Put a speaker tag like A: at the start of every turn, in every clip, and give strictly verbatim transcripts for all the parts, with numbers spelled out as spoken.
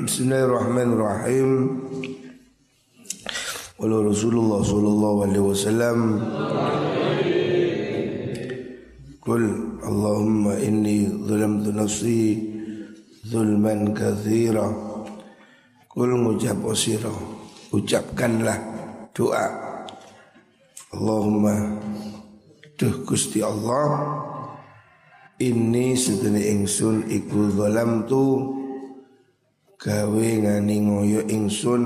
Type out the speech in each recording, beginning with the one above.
A: Bismillahirrahmanirrahim. Qala Rasulullah sallallahu alaihi wasallam, Qul Allahumma inni zalamtu nafsi zulman katsira. Qul ngucap sira, ucapkanlah doa, Allahumma, duh Gusti Allah, inni sedene ingsun iku zalamtu gawe ngani ngoyo ingsun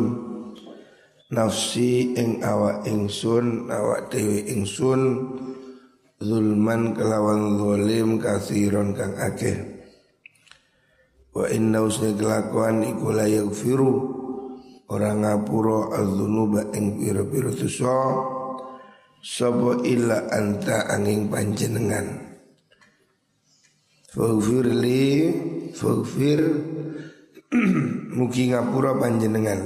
A: nafsi ing awak ingsun awak dhewe ingsun zulman kelawan zalim katsiron kang akeh. Wa inna usni kelakuan iku la yaghfiru ora ngapura az-dzunuba ing pira-pira dosa sapa illa anta angin panjenengan. Faghfirli faghfir mugi ngapura panjenengan.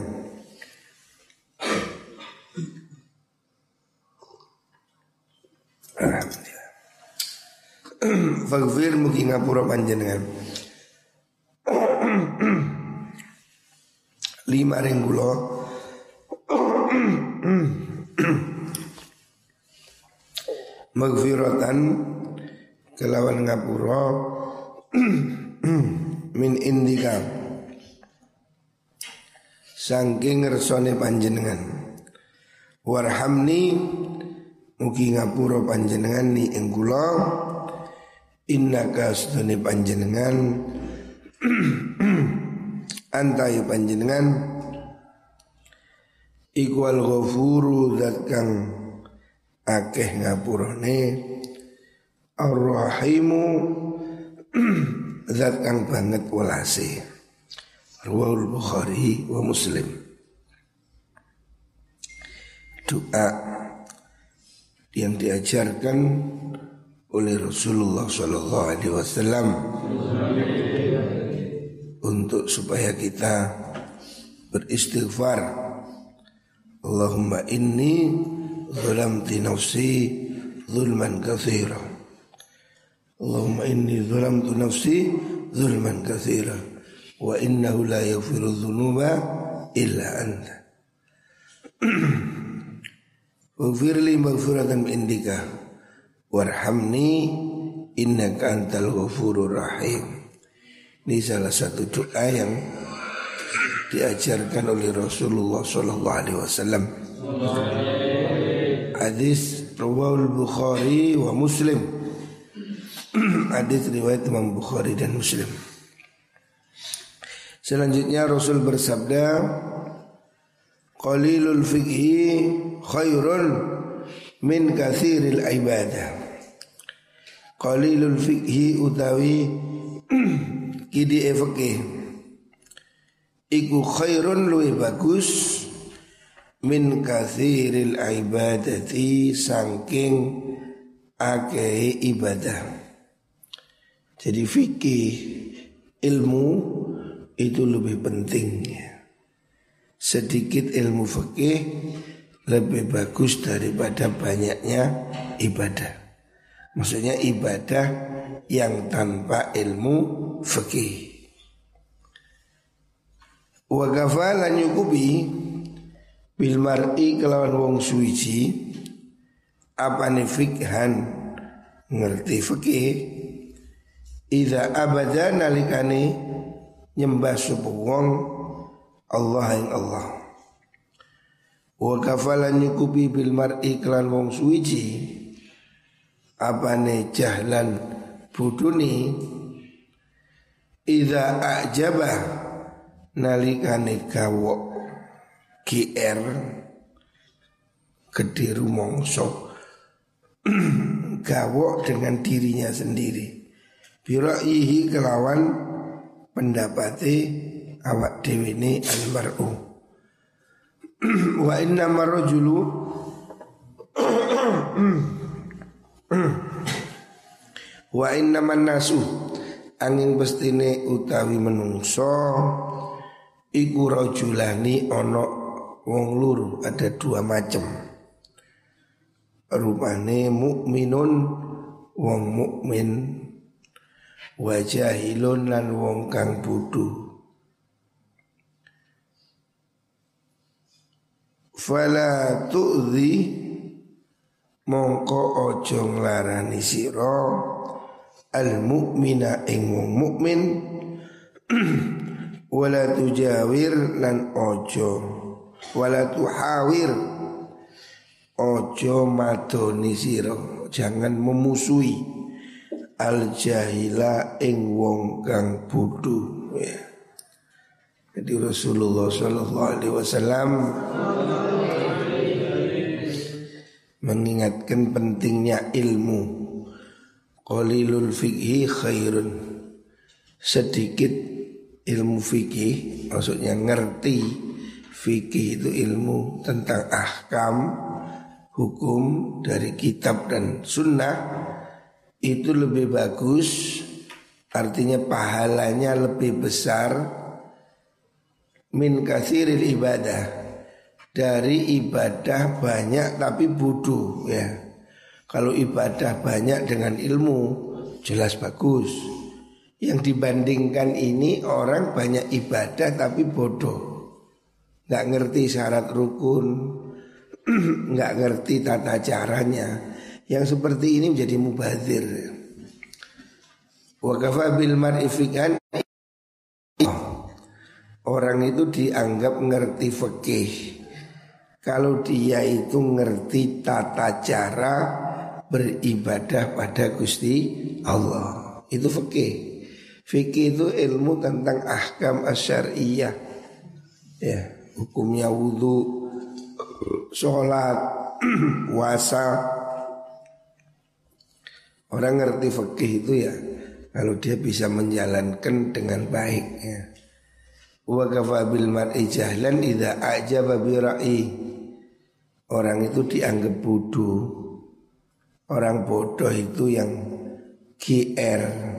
A: Alhamdulillah. Faghfir mugi ngapura panjenengan. Lima ringgulo maghfiratan kelawan ngapura min indika saking ngersone panjenengan. Warhamni mugi ngapura panjenengan ni ing kula innaka astune panjenengan anta ya panjenengan iku al-ghafuru zat kang akeh ngapurane, ar-rahimu zat kang banget welase. Riwayat Bukhari wa Muslim. Doa yang diajarkan oleh Rasulullah sallallahu alaihi wasallam untuk supaya kita beristighfar. Allahumma inni zalamtu nafsi zulman katsira. Allahumma inni zalamtu nafsi zulman katsira wa innahu la yaghfiru dzunuba illa anta. Waghfirli maghfiratan min indika warhamni innaka antal ghafurur rahim. Ini salah satu doa yang diajarkan oleh Rasulullah sallallahu alaihi wasallam. Hadis riwayat Bukhari wa Muslim. Hadis riwayat Imam Bukhari dan Muslim. Selanjutnya Rasul bersabda, qalilul fiqhi khairun min katsiril ibadah. Qalilul fiqhi utawi kidi fikih iku khairun luwih bagus min katsiril ibadati saking akeh ibadah. Jadi fikih ilmu itu lebih penting. Sedikit ilmu fikih lebih bagus daripada banyaknya ibadah. Maksudnya ibadah yang tanpa ilmu fikih. Wa ghafalan yukubi bil mar'i kelawan wong suwiji apane fikhan ngerti fikih idza abada nalikane nyembah sapa wong Allah ing Allah. Wa ghafalan yukubi bil mar'i kelawan wong suwiji apane jahlan buduni idza ajaba nalikane gawok gr gede rumongso gawok dengan dirinya sendiri biraihi kelawan pendapati awak dewe ni almar'u. Wa inna marrajulu wa inna mannasu angin bestine utawi menungso iku rajulani ono wong luru, ada dua macam. Rupane mukminun wong mukmin, wa jahilun lan wong kang bodho. Fala tu'dhi mongko ojo nglarani sira al mukmina ing wong mukmin wala tujawir lan ojo wala tuhawir ojo madoni sira, jangan memusuhi al jahila ing wong kang bodho ya. Jadi Rasulullah sallallahu alaihi wasallam mengingatkan pentingnya ilmu. Qalilul fiqhi khairun. Sedikit ilmu fikih, maksudnya ngerti fikih itu ilmu tentang ahkam hukum dari kitab dan sunnah, itu lebih bagus, artinya pahalanya lebih besar min katsiril ibadah, dari ibadah banyak tapi bodoh ya. Kalau ibadah banyak dengan ilmu jelas bagus. Yang dibandingkan ini orang banyak ibadah tapi bodoh, nggak ngerti syarat rukun, nggak ngerti tata caranya. Yang seperti ini menjadi mubadzir. Wa kafa bil mar'i fiqhan, orang itu dianggap ngerti fikih kalau dia itu ngerti tata cara beribadah pada Gusti Allah. Itu fikih. Fikih itu ilmu tentang ahkam asyariyah ya, hukumnya wudu, sholat, puasa. Orang ngerti fikih itu ya kalau dia bisa menjalankan dengan baik ya. Wa kafa bil mar'i jahlan idza a'jaba bi ra'i. Orang itu dianggap bodoh. Orang bodoh itu yang G R,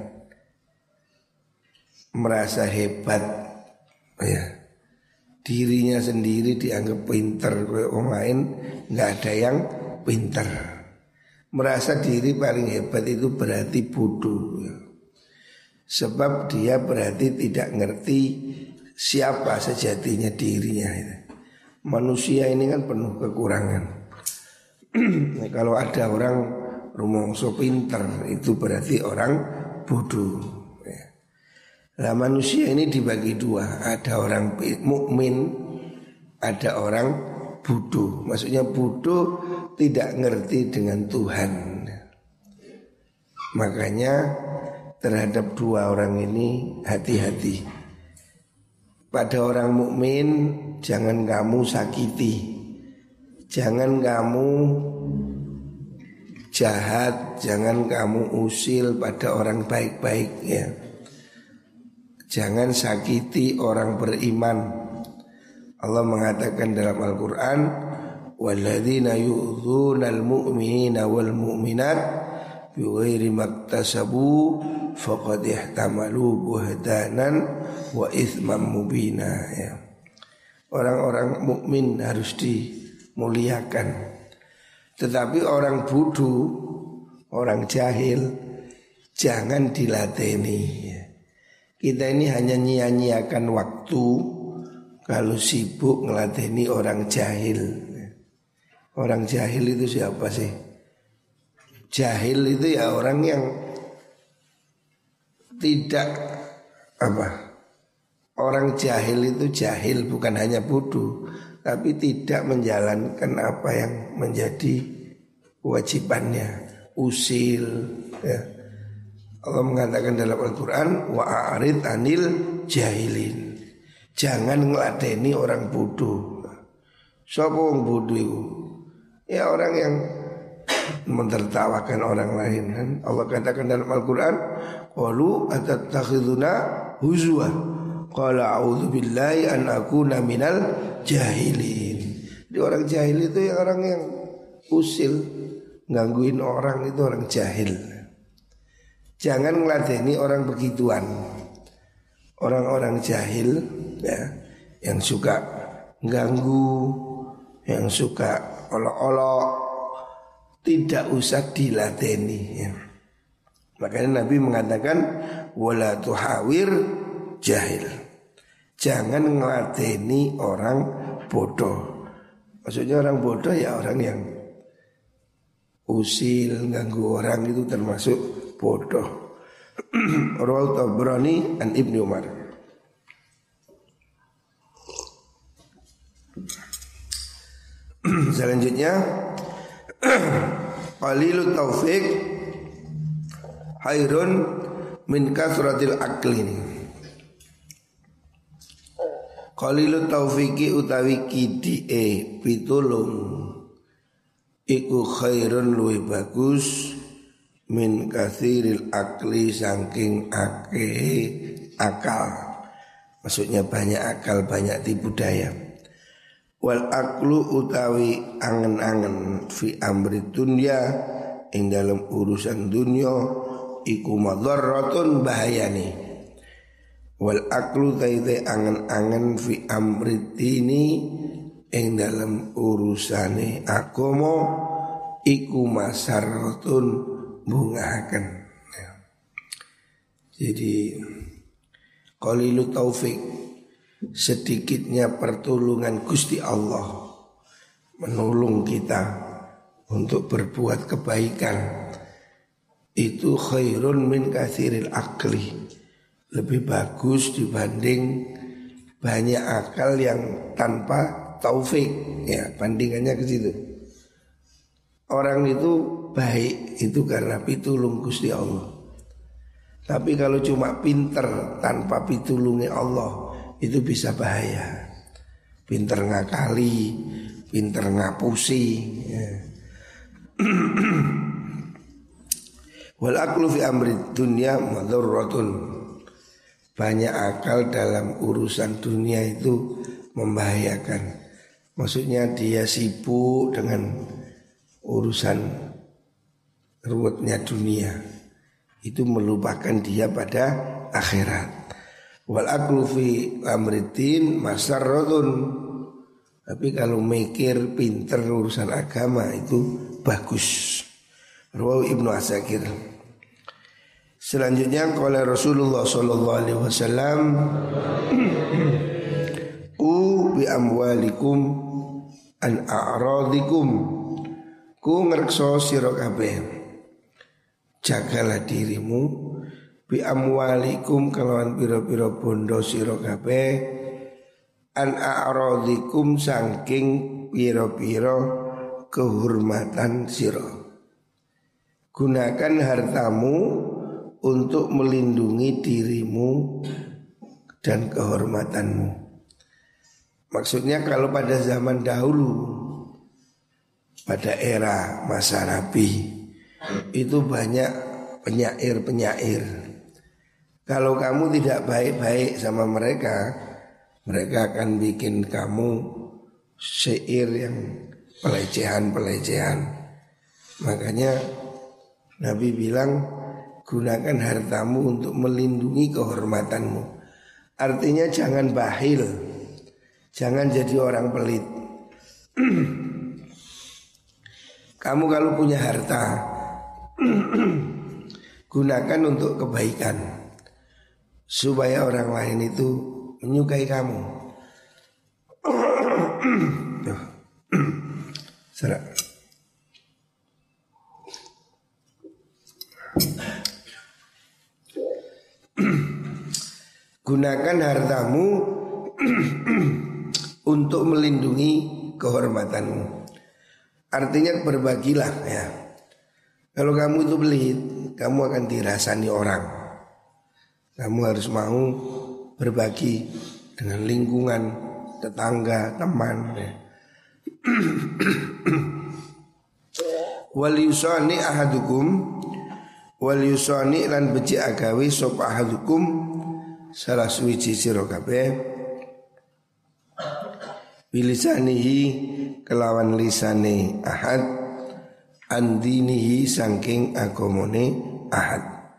A: merasa hebat ya. Dirinya sendiri dianggap pinter, orang lain enggak ada yang pinter. Merasa diri paling hebat itu berarti bodoh ya. Sebab dia berarti tidak ngerti siapa sejatinya dirinya itu. Manusia ini kan penuh kekurangan. Nah, kalau ada orang rumongso pinter itu berarti orang bodoh ya. Nah, manusia ini dibagi dua, ada orang mukmin, ada orang bodoh. Maksudnya bodoh tidak ngerti dengan Tuhan. Makanya terhadap dua orang ini hati-hati. Pada orang mukmin jangan kamu sakiti, jangan kamu jahat, jangan kamu usil pada orang baik-baik ya. Jangan sakiti orang beriman. Allah mengatakan dalam Al-Quran, walladzina yu'dzunal mu'minina wal mu'minat bighairi maktasabu faqad ihtamalu buhtanan wa itsman mubina ya. Orang-orang mukmin harus dimuliakan. Tetapi orang bodoh, orang jahil jangan dilateni ya. Kita ini hanya nyia-nyiakan waktu kalau sibuk ngelateni orang jahil. Orang jahil itu siapa sih? Jahil itu ya orang yang tidak apa? Orang jahil itu jahil bukan hanya bodoh, tapi tidak menjalankan apa yang menjadi kewajibannya, usil ya. Allah mengatakan dalam Al-Quran, wa'arid anil jahilin. Jangan ngeladeni orang bodoh. Siapa orang bodoh itu? Ya orang yang mentertawakan orang lain kan. Allah katakan dalam Al-Quran, qalu atattakhiduna huzwa qala a'udzu billahi an akuna minal jahilin. Jadi orang jahil itu ya orang yang usil, gangguin orang, itu orang jahil. Jangan ngeladeni orang begituan. Orang-orang jahil ya, yang suka ganggu, yang suka olok-olok, tidak usah diladeni ya. Makanya Nabi mengatakan wala tuhawir jahil. Jangan ngeladeni orang bodoh. Maksudnya orang bodoh ya orang yang usil, ganggu orang itu termasuk bodoh. Rawahu Tabrani an Ibnu Umar. Selanjutnya qalilut taufik khairun min kasratil akli. Qalilut taufiki utawi kidike pitulung iku khairun luwih bagus min katsiril akli saking akeh akal. Maksudnya banyak akal, banyak tipu daya. Wal aklu utawi angen-angen fi amri dunya ing dalam urusan dunya iku madharatun bahayane. Wal aklu taite angen-angen fi amri dini ing dalam urusane agama iku masaratun bungahaken. Jadi qalilu taufik, sedikitnya pertolongan Gusti Allah menolong kita untuk berbuat kebaikan, itu khairun min katsiril akli, lebih bagus dibanding banyak akal yang tanpa taufik. Ya, bandingannya ke situ. Orang itu baik itu karena pitulung Gusti Allah. Tapi kalau cuma pinter tanpa pitulungi Allah, itu bisa bahaya. Pinter ngakali, pinter ngapusi, ya. Wal aqlu fi amri dunya madharratun. Banyak akal dalam urusan dunia itu membahayakan. Maksudnya dia sibuk dengan urusan ruwetnya dunia, itu melupakan dia pada akhirat. Wal aqlu fi amriddin masarratun. Tapi kalau mikir pinter urusan agama itu bagus. Rawahu Ibnu Asakir. Selanjutnya qala Rasulullah sallallahu alaihi wasallam ku bi amwalikum an a'radikum. Ku ngrekso sira kabeh, jagalah dirimu bi amwalikum kelawan pira-pira bondo sira kabeh an a'radikum saking pira-pira kehormatan sira. Gunakan hartamu untuk melindungi dirimu dan kehormatanmu. Maksudnya kalau pada zaman dahulu, pada era masa Nabi, itu banyak penyair-penyair. Kalau kamu tidak baik-baik sama mereka, mereka akan bikin kamu syair yang pelecehan-pelecehan. Makanya Nabi bilang, gunakan hartamu untuk melindungi kehormatanmu. Artinya jangan bakhil, jangan jadi orang pelit. Kamu kalau punya harta, gunakan untuk kebaikan, supaya orang lain itu menyukai kamu. Serak. Gunakan hartamu untuk melindungi kehormatanmu. Artinya berbagilah ya. Kalau kamu itu pelit, kamu akan dirasani orang. Kamu harus mau berbagi dengan lingkungan, tetangga, teman ya. Wal yusani ahadukum, wal yusani lan beci agawe sop ahadukum salah suwiji sira kabeh bilisanihi kelawan lisane ahad andinihi saking agamane ahad.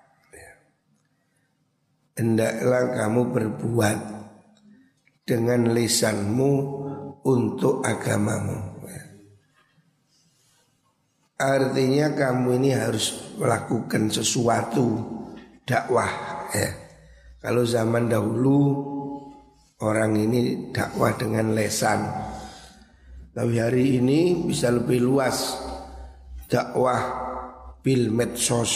A: Hendaklah kamu berbuat dengan lisanmu untuk agamamu. Artinya kamu ini harus melakukan sesuatu dakwah ya. Kalau zaman dahulu orang ini dakwah dengan lesan. Tapi hari ini bisa lebih luas dakwah bil medsos,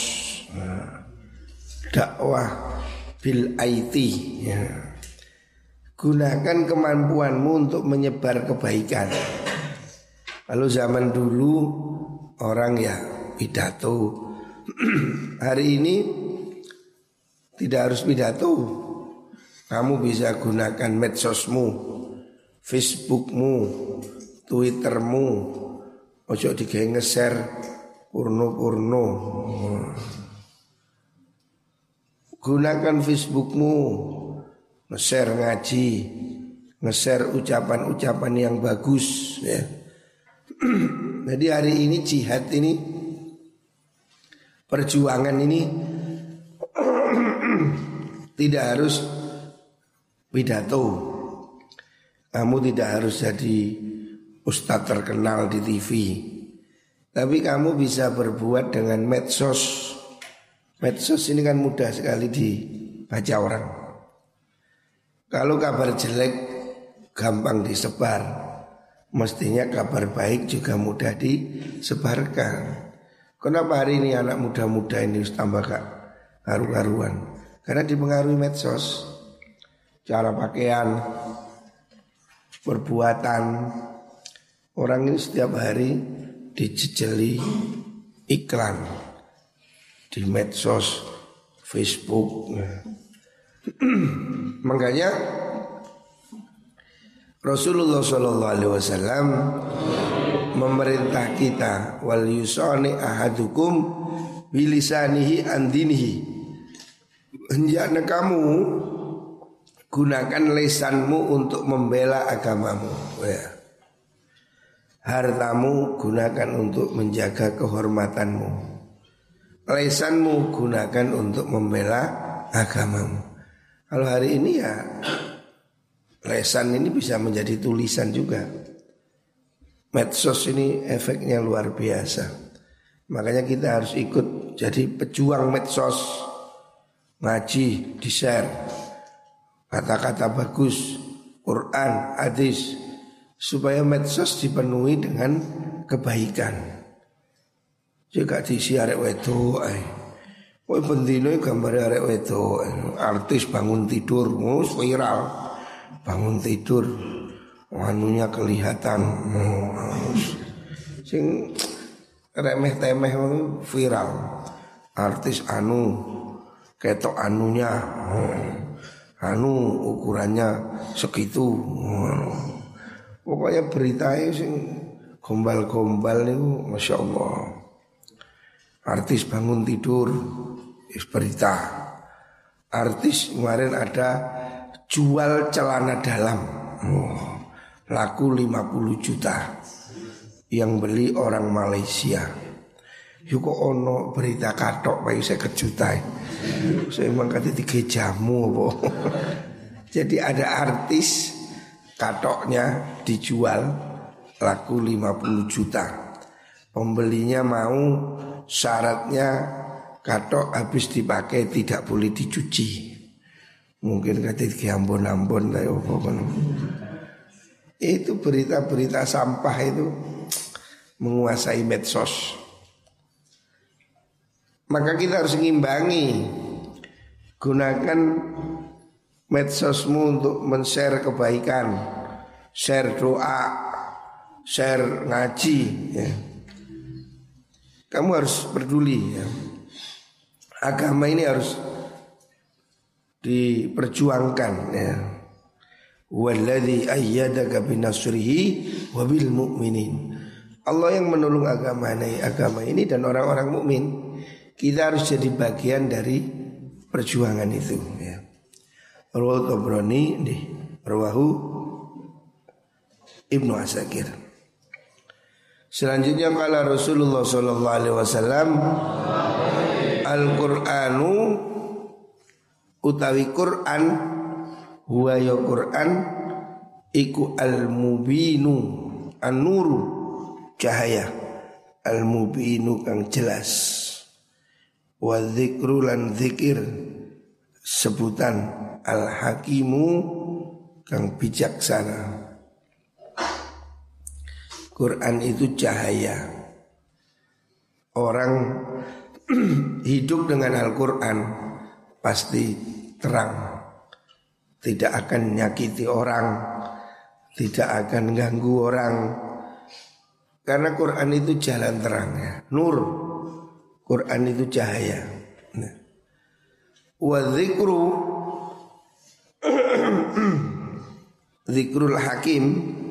A: dakwah bil I T ya. Gunakan kemampuanmu untuk menyebar kebaikan. Kalau zaman dulu orang ya pidato, hari ini tidak harus pidato. Kamu bisa gunakan medsosmu, Facebookmu, Twittermu. Ojo digawe nge-share porno-porno. Gunakan Facebookmu, nge-share ngaji, nge-share ucapan-ucapan yang bagus ya. Jadi hari ini jihad ini, perjuangan ini tidak harus pidato. Kamu tidak harus jadi ustadz terkenal di T V, tapi kamu bisa berbuat dengan medsos. Medsos ini kan mudah sekali dibaca orang. Kalau kabar jelek gampang disebar, mestinya kabar baik juga mudah disebarkan. Kenapa hari ini anak muda-muda ini tambah gak haru-haruan? Karena dipengaruhi medsos. Cara pakaian, perbuatan. Orang ini setiap hari dijejeli iklan di medsos, Facebook. Makanya Rasulullah shallallahu alaihi wasallam memerintah kita, wal yusani ahadukum bilisanihi andinihi. Hendaknya kamu gunakan lisanmu untuk membela agamamu ya. Hartamu gunakan untuk menjaga kehormatanmu, lisanmu gunakan untuk membela agamamu. Kalau hari ini ya lesan ini bisa menjadi tulisan juga. Medsos ini efeknya luar biasa. Makanya kita harus ikut jadi pejuang medsos. Ngaji, di-share, kata-kata bagus, Quran, hadis, supaya medsos dipenuhi dengan kebaikan. Jika diisi arek wedok, kowe bendino gambar arek wedok, artis bangun tidur, mus viral. Bangun tidur, anunya kelihatan, sing remeh temeh viral. Artis anu, ketok anunya, anu ukurannya segitu. Pokoknya beritanya sing gombal-gombal niku, masya Allah. Artis bangun tidur, berita. Artis kemarin ada jual celana dalam, oh, laku lima puluh juta. Yang beli orang Malaysia. Yuk kok ono berita katok bayi saya kejutai. Saya emang kata tiga jamu boh. Jadi ada artis katoknya dijual laku lima puluh juta. Pembelinya mau, syaratnya katok habis dipakai tidak boleh dicuci. Mungkin kata tiga ambon-ambon lah. Itu berita-berita sampah itu menguasai medsos. Maka kita harus mengimbangi. Gunakan medsosmu untuk men-share kebaikan, share doa, share ngaji ya. Kamu harus peduli ya. Agama ini harus diperjuangkan ya. Walladzi ayyadaka binasrihi wa bil mu'minin. Allah yang menolong agama ini, agama ini dan orang-orang mukmin. Kita harus jadi bagian dari perjuangan itu ya. Rawahu Tabrani nih, rawahu Ibnu Asakir. Selanjutnya kala Rasulullah sallallahu alaihi wasallam, Al-Qur'anu utawi Qur'an huwa ya Qur'an iku al-mubinu an-nuru cahaya, al-mubinu kang jelas, wa dzikru lan dzikir sebutan, al-hakimu kang bijaksana. Quran itu cahaya. Orang hidup dengan Al-Quran pasti terang, tidak akan nyakiti orang, tidak akan ganggu orang. Karena Quran itu jalan terangnya, nur. Quran itu cahaya. Nah. Wa dzikru Zikrul Hakim.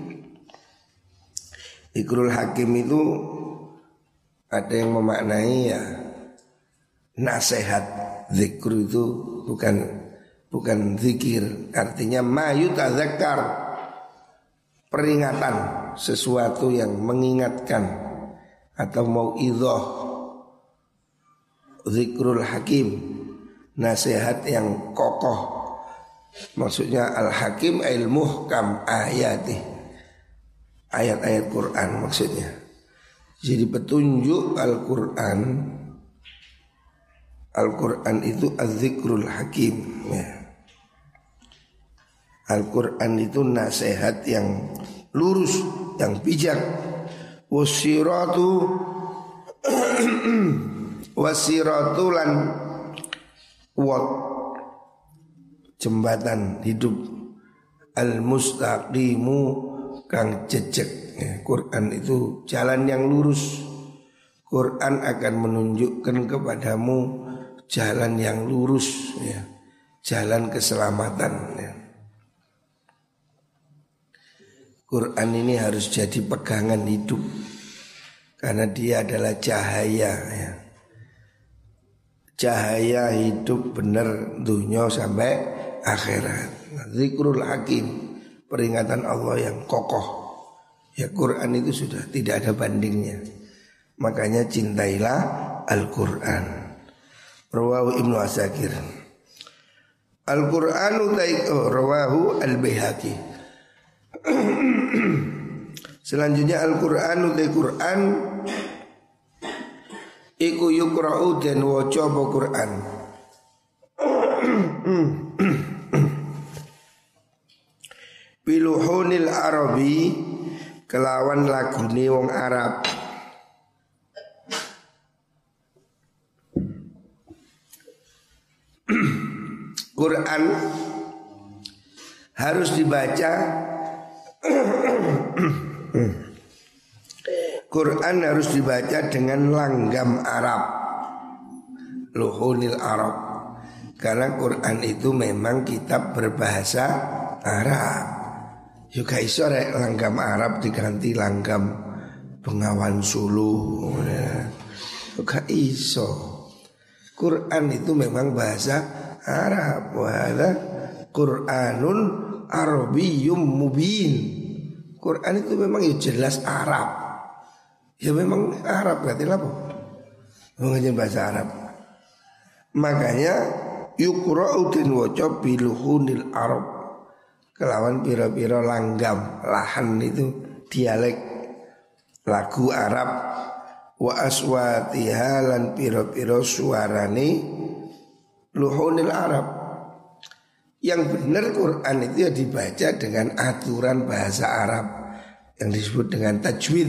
A: Zikrul Hakim itu ada yang memaknai ya nasihat. Zikru itu bukan bukan zikir, artinya mayu tazakkar, peringatan, sesuatu yang mengingatkan atau mau'idhah. Zikrul Hakim, nasihat yang kokoh. Maksudnya Al-Hakim al-muhkam ayati, ayat-ayat Quran maksudnya. Jadi petunjuk Al-Quran, Al-Quran itu az-zikrul hakim ya. Al-Quran itu nasihat yang lurus, yang bijak. Wasiratu wasiratulan wat, jembatan hidup, al-mustaqimu kang jejek ya. Quran itu jalan yang lurus. Quran akan menunjukkan kepadamu jalan yang lurus ya, jalan keselamatan ya. Quran ini harus jadi pegangan hidup karena dia adalah cahaya ya. Cahaya hidup benar dunia sampai akhirat. Zikrul Hakim, peringatan Allah yang kokoh. Ya Quran itu sudah tidak ada bandingnya. Makanya cintailah Al-Quran. Rawahu Ibnu Asakir. Al-Qur'anu ta'iqo rawahu Al-Baihaqi. Selanjutnya Al-Qur'anu ta'iqo Qur'an iku yukra'u dan waca apa Qur'an. Biluhunil Arabi, kelawan lagune wong Arab. Quran harus dibaca Quran harus dibaca dengan langgam Arab, luhunil Arab. Karena Quran itu memang kitab berbahasa Arab. Juga iso rek langgam Arab diganti langgam Bengawan Sulu. Juga iso. Quran itu memang bahasa Arab. Wala Quranun Arabiyyum mubin. Quran itu memang ya jelas Arab. Ya memang Arab berarti apa? Mengajar bahasa Arab. Makanya yuqra'u din waca biluhunil Arab, kelawan pira-pira langgam, lahan itu dialek lagu Arab. Wa aswatiha lan pira-pira suarane luhunil Arab. Yang benar Quran itu ya dibaca dengan aturan bahasa Arab yang disebut dengan tajwid.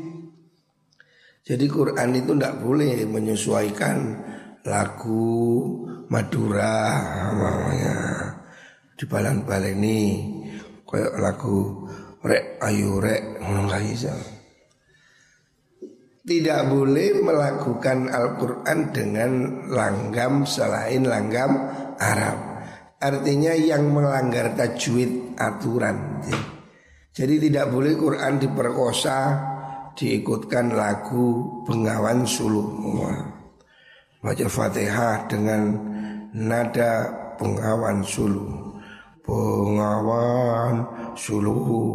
A: Jadi Quran itu tidak boleh menyesuaikan lagu Madura namanya dibalan-baleni kayak lagu rek ayu rek enggak bisa. Tidak boleh melakukan Al-Quran dengan langgam selain langgam Arab. Artinya yang melanggar tajwid aturan. Jadi tidak boleh Quran diperkosa, diikutkan lagu Bengawan Sulu. Baca Fatihah dengan nada Bengawan Sulu. Bengawan Sulu,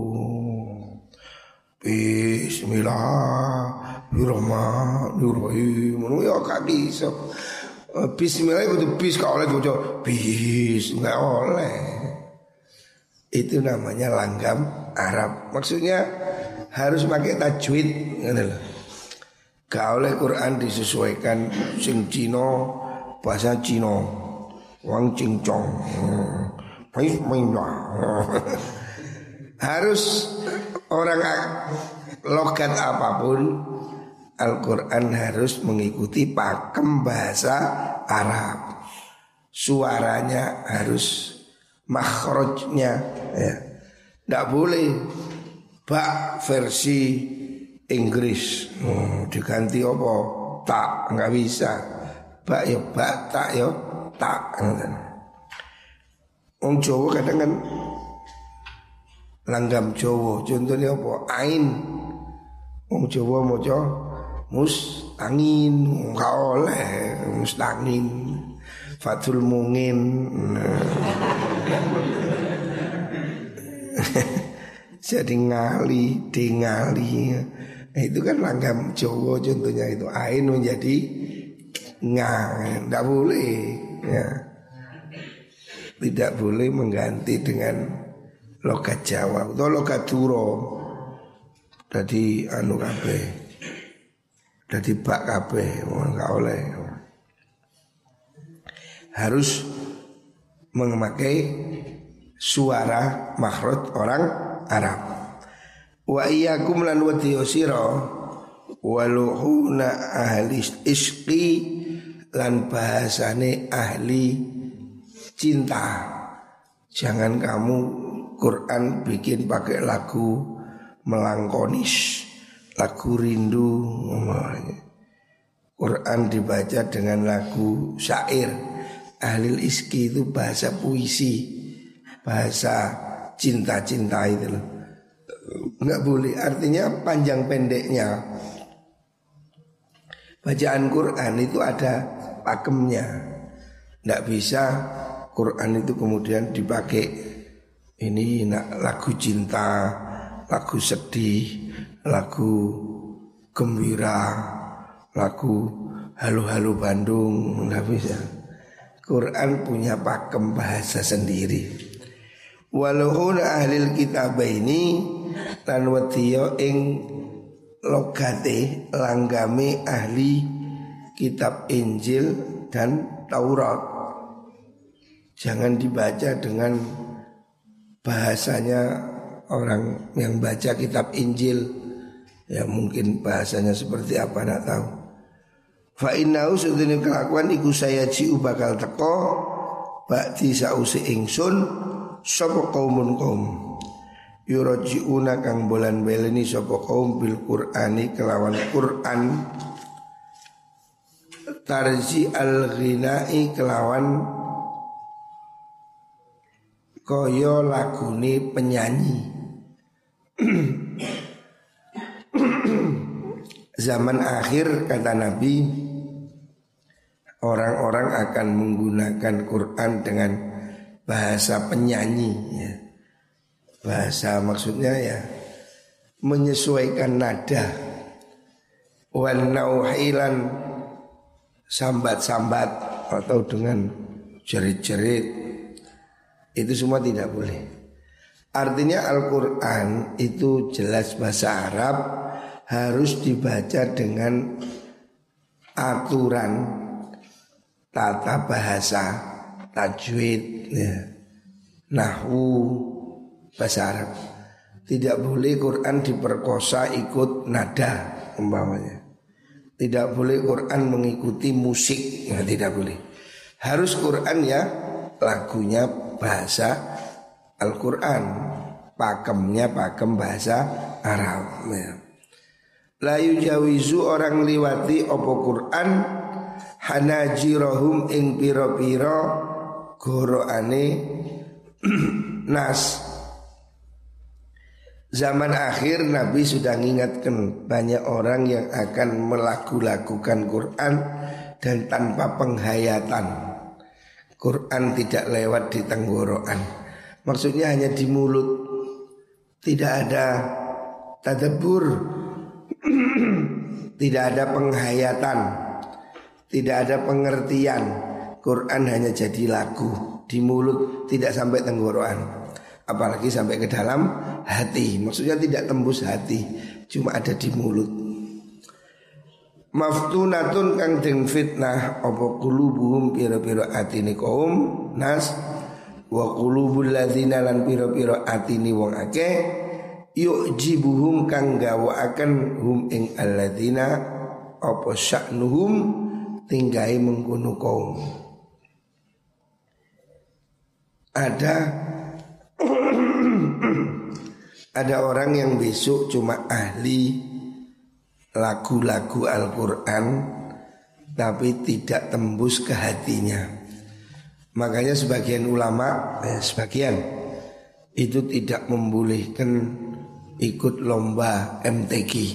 A: Bismillahirrahmanirrahim. Ya gak bisa. Bismillah itu bis gak oleh baca bis, gak oleh. Itu namanya langgam Arab. Maksudnya harus pakai tajwid. Gak oleh Quran disesuaikan sing Cina bahasa Cina. Wang cincong. Harus orang logat apapun Al-Quran harus mengikuti pakem bahasa Arab. Suaranya harus makhrajnya ya. Tidak boleh bak versi Inggris oh, diganti apa? Tak, nggak bisa. Bak ya bak, tak ya tak. Wong Jawa kadang kan langgam Jawa. Contohnya apa? Ain. Wong Jawa maca mustangin, nggak oleh mustangin. Fatul mungin. Jadi ngali, dengali. Nah, itu kan langgam Jawa contohnya itu. Ain menjadi nga, tidak boleh ya. Tidak boleh mengganti dengan logat Jawa atau logat Turo. Jadi anu kabeh. Jadi bak kabeh, enggak oleh. Harus memakai suara makhraj orang Arab. Wa iyyakum lan wadiyosira waluhuna ahli isqi lan bahasane ahli cinta. Jangan kamu Quran bikin pakai lagu melankonis, lagu rindu. Quran dibaca dengan lagu syair. Ahli iski itu bahasa puisi, bahasa cinta-cinta itu loh. Enggak boleh, artinya panjang pendeknya. Bacaan Quran itu ada pakemnya. Enggak bisa Quran itu kemudian dipakai ini lagu cinta, lagu sedih, lagu gembira, lagu halo-halo Bandung, enggak bisa. Quran punya pakem bahasa sendiri. Walau ahlil kitab ini lan wadiya ing logate langgame ahli kitab Injil dan Taurat. Jangan dibaca dengan bahasanya orang yang baca kitab Injil. Ya mungkin bahasanya seperti apa nak tahu. Fa innahu sedene kelakuan iku saya jiu bakal teko ba'di sause ingsun sapa kaumun kaum yurajiuna kang bolan beleni sapa kaum bil Qur'ani kelawan Qur'an tarji al ghinai kelawan kaya lagune penyanyi. Zaman akhir kata Nabi, orang-orang akan menggunakan Quran dengan bahasa penyanyi ya. Bahasa maksudnya ya menyesuaikan nada. Wan nauhilan sambat-sambat atau dengan jerit-jerit. Itu semua tidak boleh. Artinya Al-Quran itu jelas bahasa Arab, harus dibaca dengan aturan tata bahasa, tajwid, ya, nahwu, bahasa Arab. Tidak boleh Quran diperkosa ikut nada umpamanya. Tidak boleh Quran mengikuti musik, ya, tidak boleh. Harus Quran ya lagunya bahasa Al-Quran, pakemnya pakem bahasa Arab ya. La yujawizu orang liwati opo Quran hanajirahum ing piro-piro goroane nas. Zaman akhir Nabi sudah mengingatkan banyak orang yang akan melagu-lagukan Quran dan tanpa penghayatan. Quran tidak lewat di tenggorokan. Maksudnya hanya di mulut. Tidak ada tadabbur. Tidak ada penghayatan, tidak ada pengertian. Quran hanya jadi lagu di mulut, tidak sampai tenggorokan, apalagi sampai ke dalam hati. Maksudnya tidak tembus hati, cuma ada di mulut. Maftunatun kang den fitnah apa qulubuhum pira-pira atine kaum nas wa qulubul ladzina lan pira-pira atine wong akeh yu'jibuhum kang gawaaken hum ing alladzina apa sya'nuhum tinggahi mengkono kaum. Ada ada orang yang besok cuma ahli lagu-lagu Al-Quran tapi tidak tembus ke hatinya. Makanya sebagian ulama, eh, sebagian itu tidak membolehkan ikut lomba M T Q.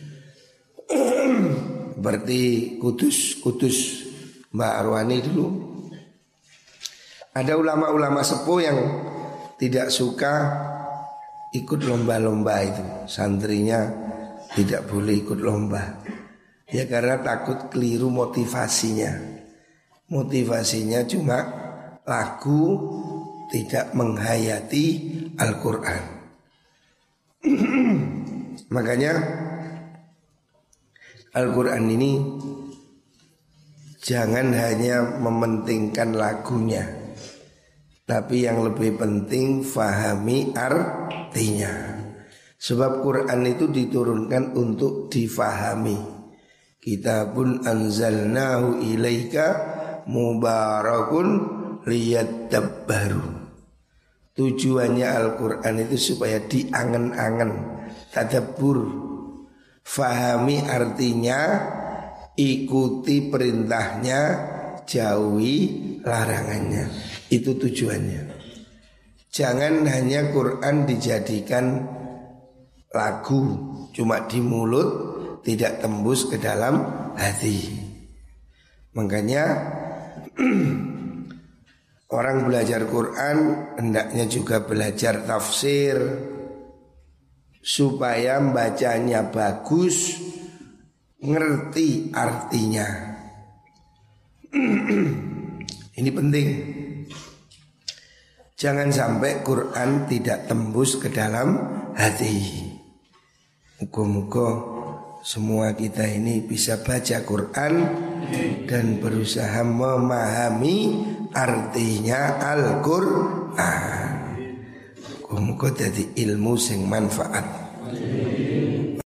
A: Berarti Kudus, Kudus Mbak Arwani dulu. Ada ulama-ulama sepuh yang tidak suka ikut lomba-lomba itu. Santrinya tidak boleh ikut lomba. Ya karena takut keliru motivasinya. Motivasinya cuma lagu, tidak menghayati Al-Quran. Makanya Al-Quran ini jangan hanya mementingkan lagunya, tapi yang lebih penting fahami artinya. Sebab Quran itu diturunkan untuk difahami. Kitabun anzalnahu ilaika mubarakun liyadabbaru. Tujuannya Al-Quran itu supaya diangen-angen, tadabbur. Fahami artinya, ikuti perintahnya, jauhi larangannya. Itu tujuannya. Jangan hanya Quran dijadikan lagu, cuma di mulut, tidak tembus ke dalam hati. Makanya orang belajar Quran hendaknya juga belajar tafsir, supaya bacanya bagus, ngerti artinya. Ini penting. Jangan sampai Quran tidak tembus ke dalam hati. Muga-muga semua kita ini bisa baca Quran dan berusaha memahami artinya Al-Quran. Muga-muga jadi ilmu sing manfaat.